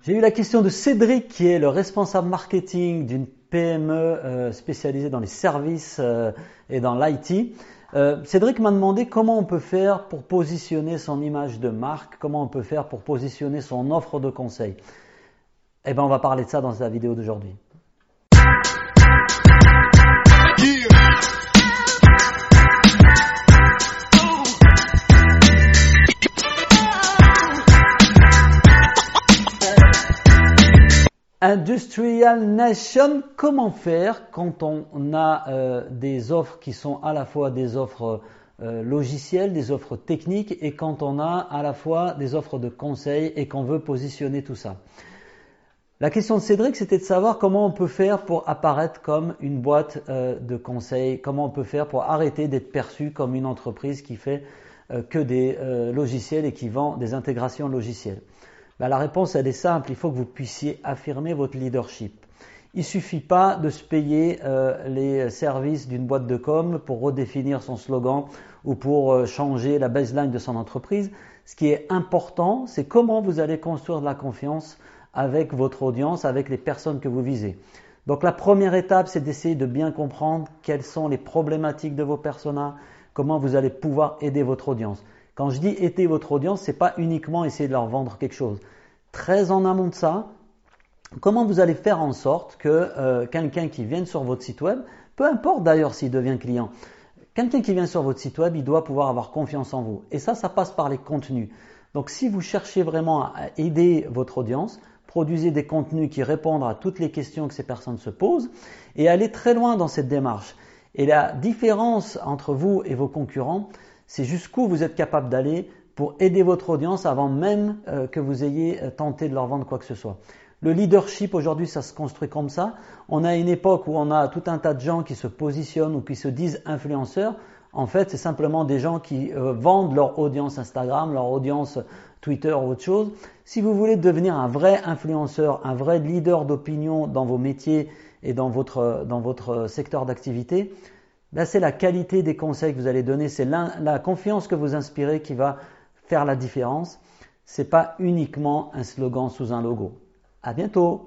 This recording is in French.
J'ai eu la question de Cédric, qui est le responsable marketing d'une PME spécialisée dans les services et dans l'IT. Cédric m'a demandé comment on peut faire pour positionner son image de marque, comment on peut faire pour positionner son offre de conseil. Eh bien, on va parler de ça dans la vidéo d'aujourd'hui. Industrial Nation, comment faire quand on a des offres qui sont à la fois des offres logicielles, des offres techniques, et quand on a à la fois des offres de conseil et qu'on veut positionner tout ça. La question de Cédric, c'était de savoir comment on peut faire pour apparaître comme une boîte de conseil, comment on peut faire pour arrêter d'être perçu comme une entreprise qui fait que des logiciels et qui vend des intégrations logicielles. La réponse, elle est simple, il faut que vous puissiez affirmer votre leadership. Il ne suffit pas de se payer les services d'une boîte de com pour redéfinir son slogan ou pour changer la baseline de son entreprise. Ce qui est important, c'est comment vous allez construire de la confiance avec votre audience, avec les personnes que vous visez. Donc la première étape, c'est d'essayer de bien comprendre quelles sont les problématiques de vos personas, comment vous allez pouvoir aider votre audience. Quand je dis aider votre audience, c'est pas uniquement essayer de leur vendre quelque chose. Très en amont de ça, comment vous allez faire en sorte que quelqu'un qui vienne sur votre site web, peu importe d'ailleurs s'il devient client, quelqu'un qui vient sur votre site web, il doit pouvoir avoir confiance en vous. Et ça passe par les contenus. Donc si vous cherchez vraiment à aider votre audience, produisez des contenus qui répondent à toutes les questions que ces personnes se posent et allez très loin dans cette démarche. Et la différence entre vous et vos concurrents, c'est jusqu'où vous êtes capable d'aller pour aider votre audience avant même que vous ayez tenté de leur vendre quoi que ce soit. Le leadership aujourd'hui, ça se construit comme ça. On a une époque où on a tout un tas de gens qui se positionnent ou qui se disent influenceurs. En fait, c'est simplement des gens qui vendent leur audience Instagram, leur audience Twitter ou autre chose. Si vous voulez devenir un vrai influenceur, un vrai leader d'opinion dans vos métiers et dans votre secteur d'activité, c'est la qualité des conseils que vous allez donner, c'est la confiance que vous inspirez qui va faire la différence. C'est pas uniquement un slogan sous un logo. À bientôt!